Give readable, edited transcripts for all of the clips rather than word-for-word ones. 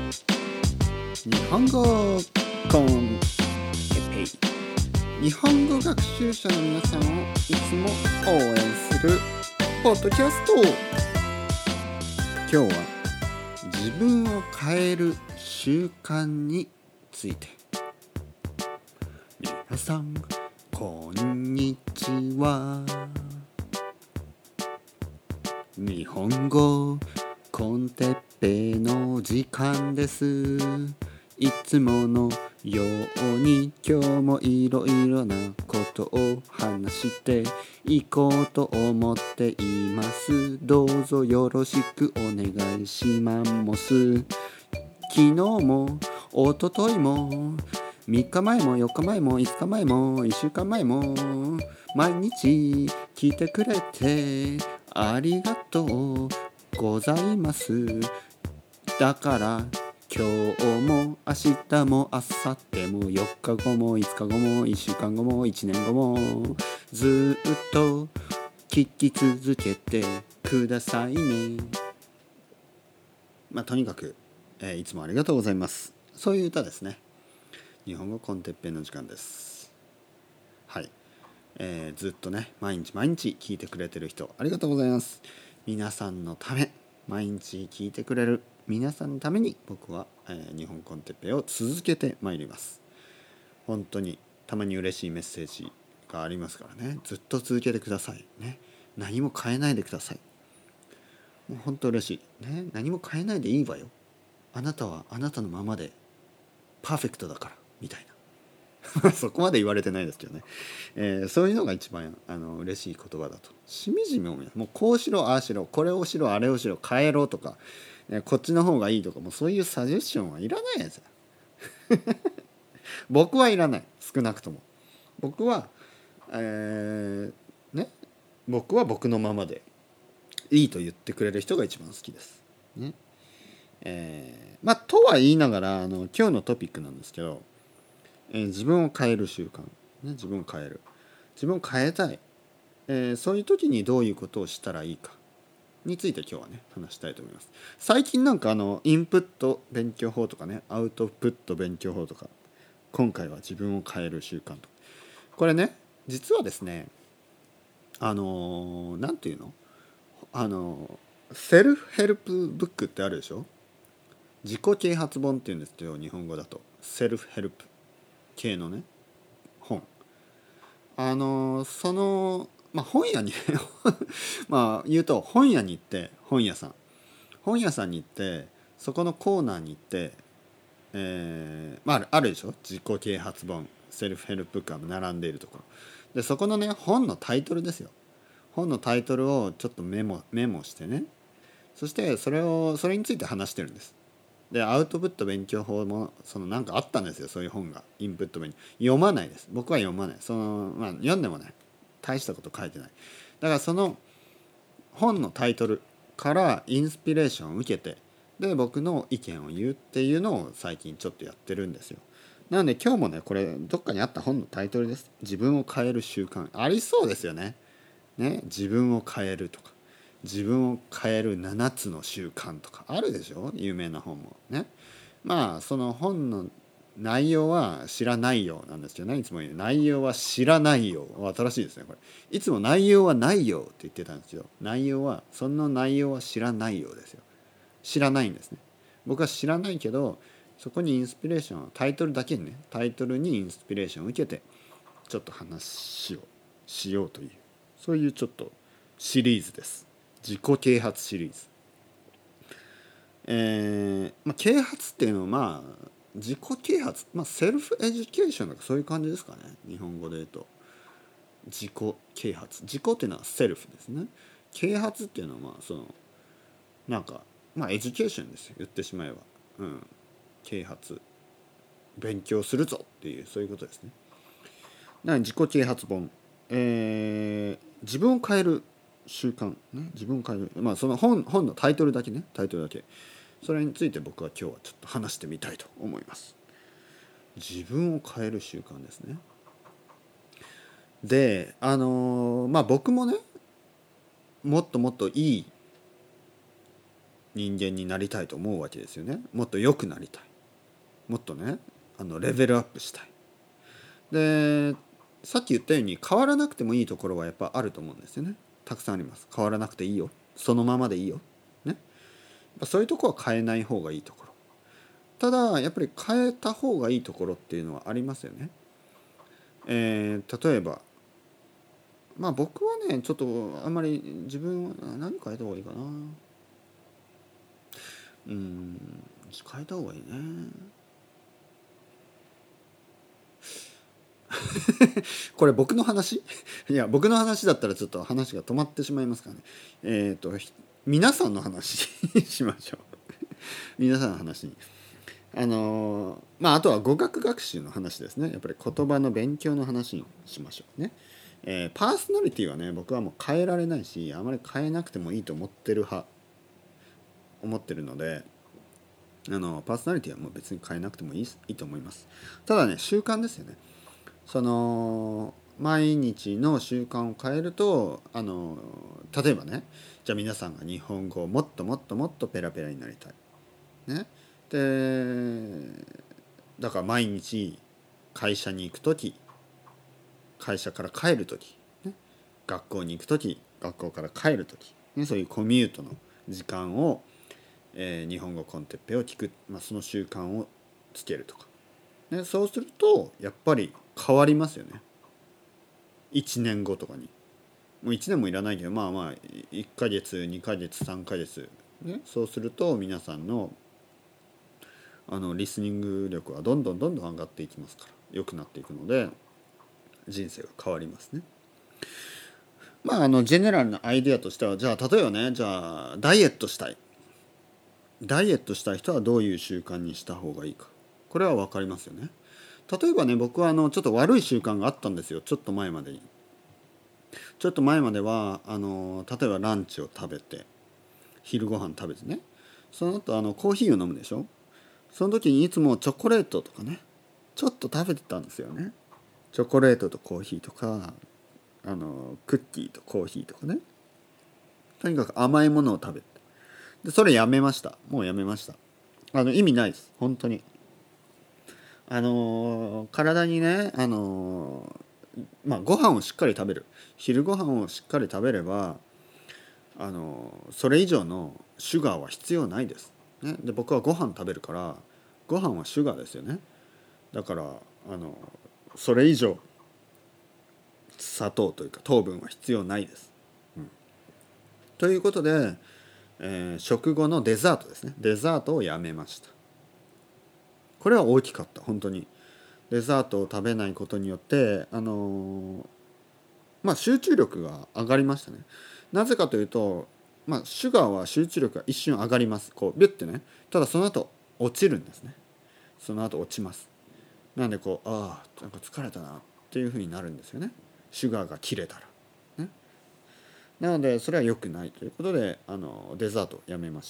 日本語コンテッペイ、日本語学習者の皆さんをいつも応援するポッドキャスト。今日は自分を変える習慣について。皆さんこんにちは。日本語コンテッペイの時間です。いつものように今日もいろいろなことを話していこうと思っています。どうぞよろしくお願いします。昨日も一昨日も3日前も4日前も5日前も1週間前も毎日聞いてくれてありがとうございます。だから今日も明日も明後日も4日後も5日後も1週間後も1年後もずっと聞き続けてくださいね。とにかく、いつもありがとうございます。そういう歌ですね。日本語コンテッペイの時間です。はい、ずっとね毎日聞いてくれてる人ありがとうございます。皆さんのため、毎日聞いてくれる皆さんのために僕は、日本コンテッペイを続けてまいります。本当にたまに嬉しいメッセージがありますからね。ずっと続けてくださいね。何も変えないでください。もう本当嬉しいね。何も変えないでいいわよ。あなたはあなたのままでパーフェクトだからみたいなそこまで言われてないですけどね、そういうのが一番嬉しい言葉だとしみじみ思います。もうこうしろああしろこれをしろあれをしろ変えろとか、こっちの方がいいとか、もうそういうサジェッションはいらないやつ僕はいらない。少なくとも僕は、僕は僕のままでいいと言ってくれる人が一番好きですね。とは言いながら今日のトピックなんですけど、自分を変える習慣、自分を変えたい、そういう時にどういうことをしたらいいかについて今日はね話したいと思います。最近インプット勉強法とかね、アウトプット勉強法とか、今回は自分を変える習慣とか、これね実はですねなんていうのセルフヘルプブックってあるでしょ。自己啓発本っていうんですけど、日本語だとセルフヘルプ系のね本、本屋に言うと本屋に行って、本屋さんに行ってそこのコーナーに行って、あるでしょ、自己啓発本セルフヘルプが並んでいるところで、そこのね本のタイトルですよ。本のタイトルをちょっとメモしてね、そしてそれについて話してるんです。でアウトプット勉強法もなんかあったんですよ、そういう本が。インプット勉強読まないです。僕は読まない。読んでもね大したこと書いてない。だからその本のタイトルからインスピレーションを受けて、で僕の意見を言うっていうのを最近ちょっとやってるんですよ。なので今日もねこれどっかにあった本のタイトルです。自分を変える習慣、ありそうですよね。自分を変えるとか、自分を変える7つの習慣とかあるでしょ、有名な本もね。その本の内容は知らないよなんですけどね。いつも言う内容は知らないよ、新しいですねこれ。いつも内容はないよって言ってたんですよ。その内容は知らないよですよ。知らないんですね。僕は知らないけど、そこにインスピレーション、タイトルにインスピレーションを受けてちょっと話をしようという、そういうちょっとシリーズです。自己啓発シリーズ。啓発っていうのは自己啓発、セルフエデュケーションとかそういう感じですかね、日本語で言うと。自己啓発、自己っていうのはセルフですね。啓発っていうのはエデュケーションですよ、言ってしまえば。啓発、勉強するぞっていう、そういうことですね。自己啓発本、自分を変える習慣、自分を変える、その本のタイトルだけ、それについて僕は今日はちょっと話してみたいと思います。自分を変える習慣ですね。で僕もねもっともっといい人間になりたいと思うわけですよね。もっと良くなりたい、もっとねレベルアップしたい。でさっき言ったように変わらなくてもいいところはやっぱあると思うんですよね。たくさんあります。変わらなくていいよ、そのままでいいよね。そういうとこは変えない方がいいところ。ただやっぱり変えた方がいいところっていうのはありますよね。例えば僕はねちょっとあんまり自分は何変えた方がいいかな。変えた方がいいね。これ僕の話いや僕の話だったらちょっと話が止まってしまいますからね。皆さんの話しましょう。皆さんの話にあとは語学学習の話ですね。やっぱり言葉の勉強の話にしましょうね。パーソナリティはね僕はもう変えられないし、あまり変えなくてもいいと思ってるので、パーソナリティはもう別に変えなくてもいいと思います。ただね習慣ですよね。毎日の習慣を変えると例えばね、じゃあ皆さんが日本語をもっともっともっとペラペラになりたいね。でだから毎日会社に行く時、会社から帰る時、ね、学校に行く時、学校から帰る時、ね、そういうコミュートの時間を、日本語コンテッペを聞く、その習慣をつけるとか、ね、そうするとやっぱり変わりますよね。1年後とかに。もう1年もいらないけど1ヶ月2ヶ月3ヶ月、ね、そうすると皆さんのリスニング力はどんどんどんどん上がっていきますから、良くなっていくので人生が変わりますね。ジェネラルなアイデアとしては、じゃあ例えばね、じゃあダイエットしたい人はどういう習慣にした方がいいか、これは分かりますよね。例えばね、僕はちょっと悪い習慣があったんですよ。ちょっと前までは例えばランチを食べて昼ご飯食べてね、その後コーヒーを飲むでしょ。その時にいつもチョコレートとかねちょっと食べてたんですよね。チョコレートとコーヒーとかクッキーとコーヒーとかね、とにかく甘いものを食べて、でそれやめました。もうやめました。意味ないです本当に。体にねご飯をしっかり食べる、昼ご飯をしっかり食べればそれ以上のシュガーは必要ないです、ね、で僕はご飯食べるからご飯はシュガーですよね。だからそれ以上砂糖というか糖分は必要ないです、ということで、食後のデザートですね、デザートをやめました。これは大きかった。本当にデザートを食べないことによって集中力が上がりましたね。なぜかというと、シュガーは集中力が一瞬上がります。こうビュッてね。ただその後落ちるんですね。その後落ちます。なんでなんか疲れたなっていう風になるんですよね。シュガーが切れたら、ね。なのでそれは良くないということでデザートをやめました。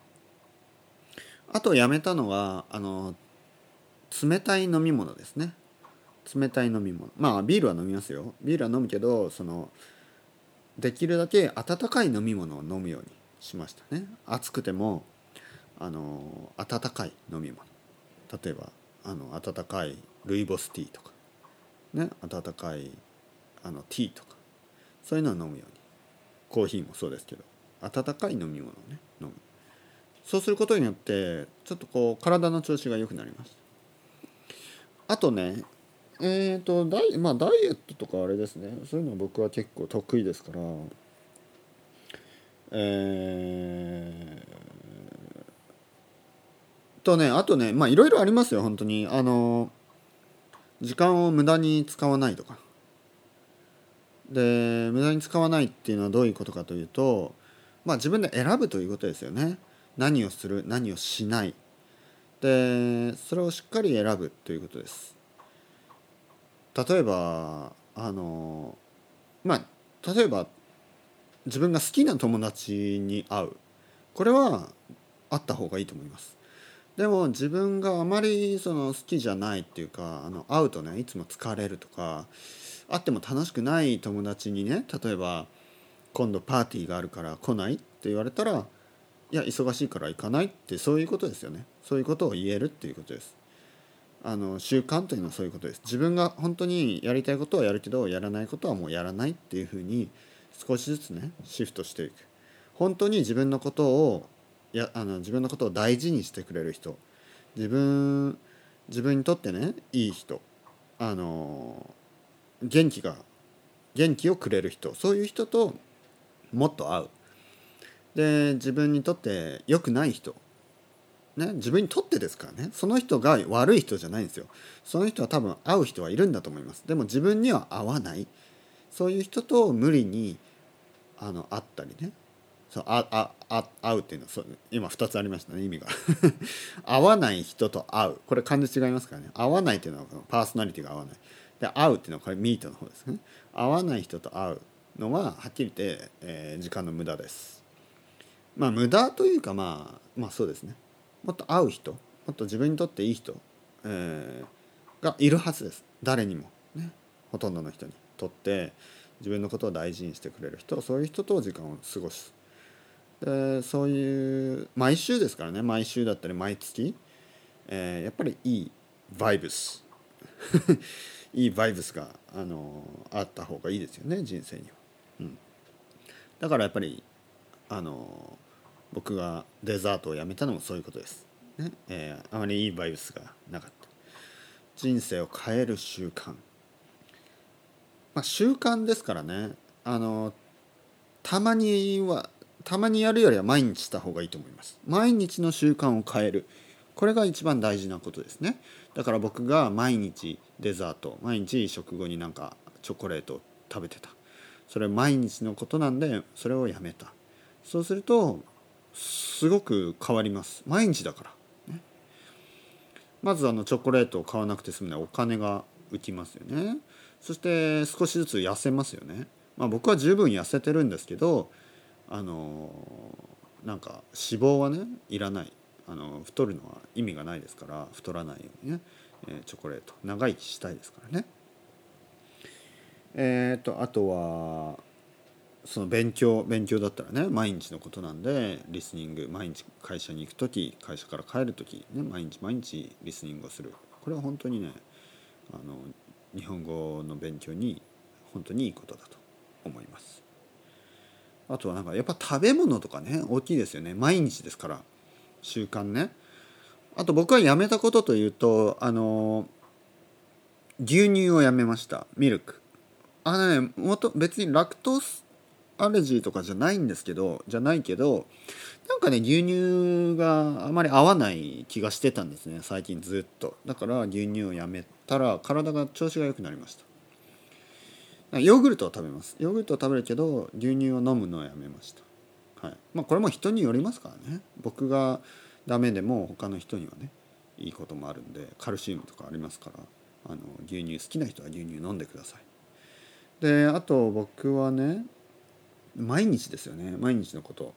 あとやめたのは冷たい飲み物ですね。冷たい飲み物。ビールは飲みますよ。ビールは飲むけどできるだけ温かい飲み物を飲むようにしましたね。暑くても温かい飲み物。例えば温かいルイボスティーとかね、温かいティーとか、そういうのを飲むように。コーヒーもそうですけど温かい飲み物をね飲む。そうすることによってちょっと体の調子が良くなります。あとねダイエットとかあれですね、そういうのは僕は結構得意ですから、あとねいろいろありますよ本当に。時間を無駄に使わないとかで、無駄に使わないっていうのはどういうことかというと、自分で選ぶということですよね。何をする何をしないで、それをしっかり選ぶということです。例えば例えば自分が好きな友達に会う、これはあった方がいいと思います。でも自分があまり好きじゃないっていうか会うとねいつも疲れるとか、会っても楽しくない友達にね、例えば今度パーティーがあるから来ないって言われたらいや忙しいから行かないって、そういうことですよね。そういうことを言えるっていうことです。習慣というのはそういうことです。自分が本当にやりたいことはやるけど、やらないことはもうやらないっていうふうに少しずつねシフトしていく。本当に自分のことを自分のことを大事にしてくれる人、自分にとってねいい人、元気をくれる人、そういう人ともっと会う。で自分にとって良くない人ね、自分にとってですからね、その人が悪い人じゃないんですよ。その人は多分会う人はいるんだと思います。でも自分には合わない、そういう人と無理に会ったりね、会うっていうのは今2つありましたね、意味が合わない人と会う、これ漢字違いますからね。合わないっていうのはパーソナリティが合わないで、会うっていうのはこれミートの方ですね。合わない人と会うのははっきり言って、時間の無駄です。まあ無駄というか、まあそうですね。もっと会う人、もっと自分にとっていい人、がいるはずです。誰にもね、ほとんどの人にとって自分のことを大事にしてくれる人、そういう人と時間を過ごす。でそういう毎週ですからね、毎週だったり毎月、やっぱりいいバイブスいいバイブスがあった方がいいですよね、人生には。だからやっぱり僕がデザートをやめたのもそういうことです、ね。あまりいいバイブスがなかった。人生を変える習慣、習慣ですからね。たまにやるよりは毎日した方がいいと思います。毎日の習慣を変える、これが一番大事なことですね。だから僕が毎日デザート、毎日食後になんかチョコレートを食べてた、それ毎日のことなんでそれをやめた。そうするとすごく変わります。毎日だから、ね。まずチョコレートを買わなくて済むのはお金が浮きますよね。そして少しずつ痩せますよね。僕は十分痩せてるんですけど、なんか脂肪はねいらない、太るのは意味がないですから、太らないようにね、チョコレート、長生きしたいですからね。あとはその勉強だったらね、毎日のことなんでリスニング、毎日会社に行く時、会社から帰る時、ね、毎日リスニングをする。これは本当にね日本語の勉強に本当にいいことだと思います。あとはなんかやっぱ食べ物とかね大きいですよね。毎日ですから習慣ね。あと僕はやめたことというと牛乳をやめました。ミルク、別にラクトースアレジーとかじゃないけどなんかね牛乳があまり合わない気がしてたんですね、最近ずっと。だから牛乳をやめたら体が調子が良くなりました。ヨーグルトを食べます。ヨーグルトを食べるけど牛乳を飲むのをやめました。はい。これも人によりますからね。僕がダメでも他の人にはねいいこともあるんで、カルシウムとかありますから、牛乳好きな人は牛乳飲んでください。であと僕はね毎日ですよね。毎日のこと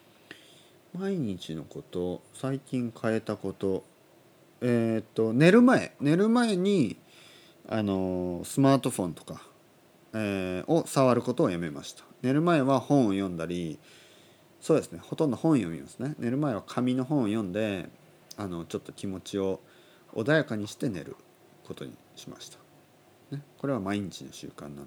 最近変えたこと、寝る前にスマートフォンとか、を触ることをやめました。寝る前は本を読んだり、そうですね、ほとんど本読みますね。寝る前は紙の本を読んでちょっと気持ちを穏やかにして寝ることにしました、ね。これは毎日の習慣なん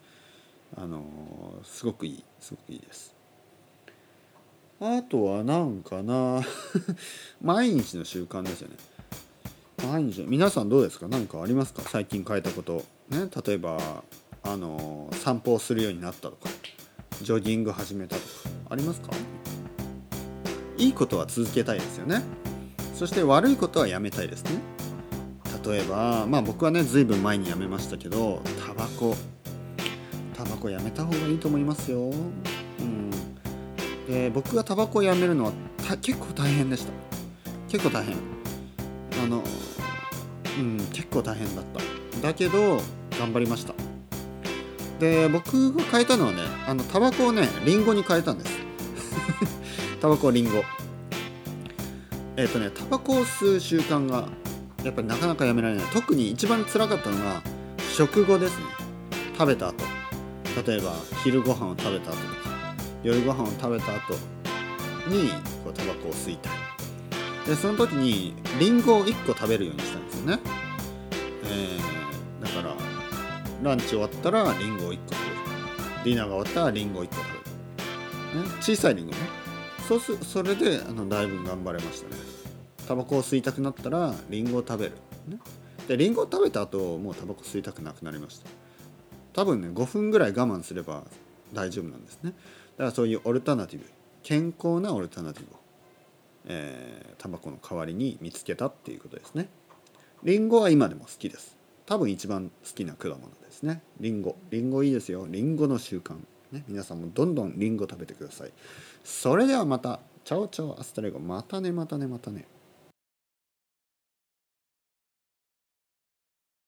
ですごくいいです。あとはなんかな毎日の習慣ですよね。皆さんどうですか？何かありますか？最近変えたこと、ね、例えば散歩をするようになったとか、ジョギング始めたとかありますか？いいことは続けたいですよね。そして悪いことはやめたいですね。例えば僕はねずいぶん前にやめましたけど、タバコやめた方がいいと思いますよ。で僕がタバコをやめるのは結構大変でした。結構大変結構大変だった。だけど頑張りました。で僕が変えたのはねタバコをねリンゴに変えたんですタバコをリンゴ、タバコを吸う習慣がやっぱりなかなかやめられない。特に一番辛かったのが食後ですね。食べた後、例えば昼ご飯を食べた後とか夜ご飯を食べた後にこうタバコを吸いたい。でその時にリンゴを1個食べるようにしたんですよね。だからランチ終わったらリンゴを1個食べる、ディナーが終わったらリンゴを1個食べる、ね、小さいリンゴね。それでだいぶ頑張れましたね。タバコを吸いたくなったらリンゴを食べる、ね、でリンゴを食べた後もうタバコ吸いたくなくなりました。多分ね5分ぐらい我慢すれば大丈夫なんですね。だからそういうオルタナティブ、健康なオルタナティブを、タバコの代わりに見つけたっていうことですね。リンゴは今でも好きです。多分一番好きな果物ですね。リンゴいいですよ。リンゴの習慣、ね、皆さんもどんどんリンゴ食べてください。それではまた。チャオチャオアスタレゴ。またねまたねまたね。